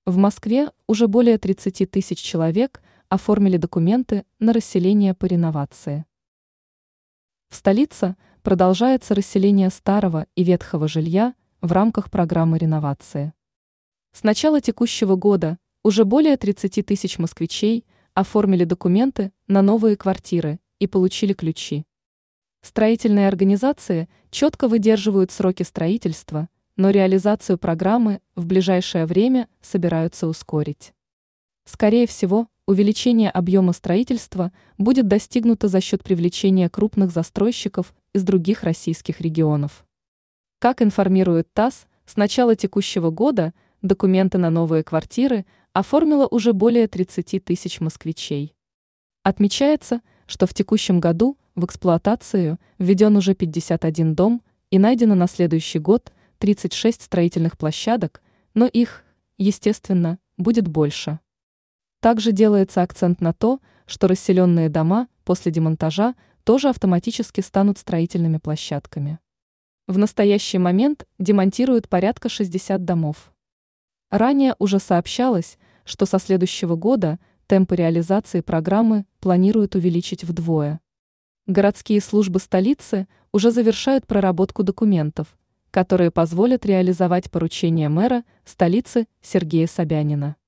В Москве уже более 30 тысяч человек оформили документы на расселение по реновации. В столице продолжается расселение старого и ветхого жилья в рамках программы реновации. С начала текущего года уже более 30 тысяч москвичей оформили документы на новые квартиры и получили ключи. Строительные организации четко выдерживают сроки строительства, но реализацию программы в ближайшее время собираются ускорить. Скорее всего, увеличение объема строительства будет достигнуто за счет привлечения крупных застройщиков из других российских регионов. Как информирует ТАСС, с начала текущего года документы на новые квартиры оформило уже более 30 тысяч москвичей. Отмечается, что в текущем году в эксплуатацию введен уже 51 дом и найдено на следующий год 36 строительных площадок, но их, естественно, будет больше. Также делается акцент на то, что расселенные дома после демонтажа тоже автоматически станут строительными площадками. В настоящий момент демонтируют порядка 60 домов. Ранее уже сообщалось, что со следующего года темпы реализации программы планируют увеличить вдвое. Городские службы столицы уже завершают проработку документов, которые позволят реализовать поручение мэра столицы Сергея Собянина.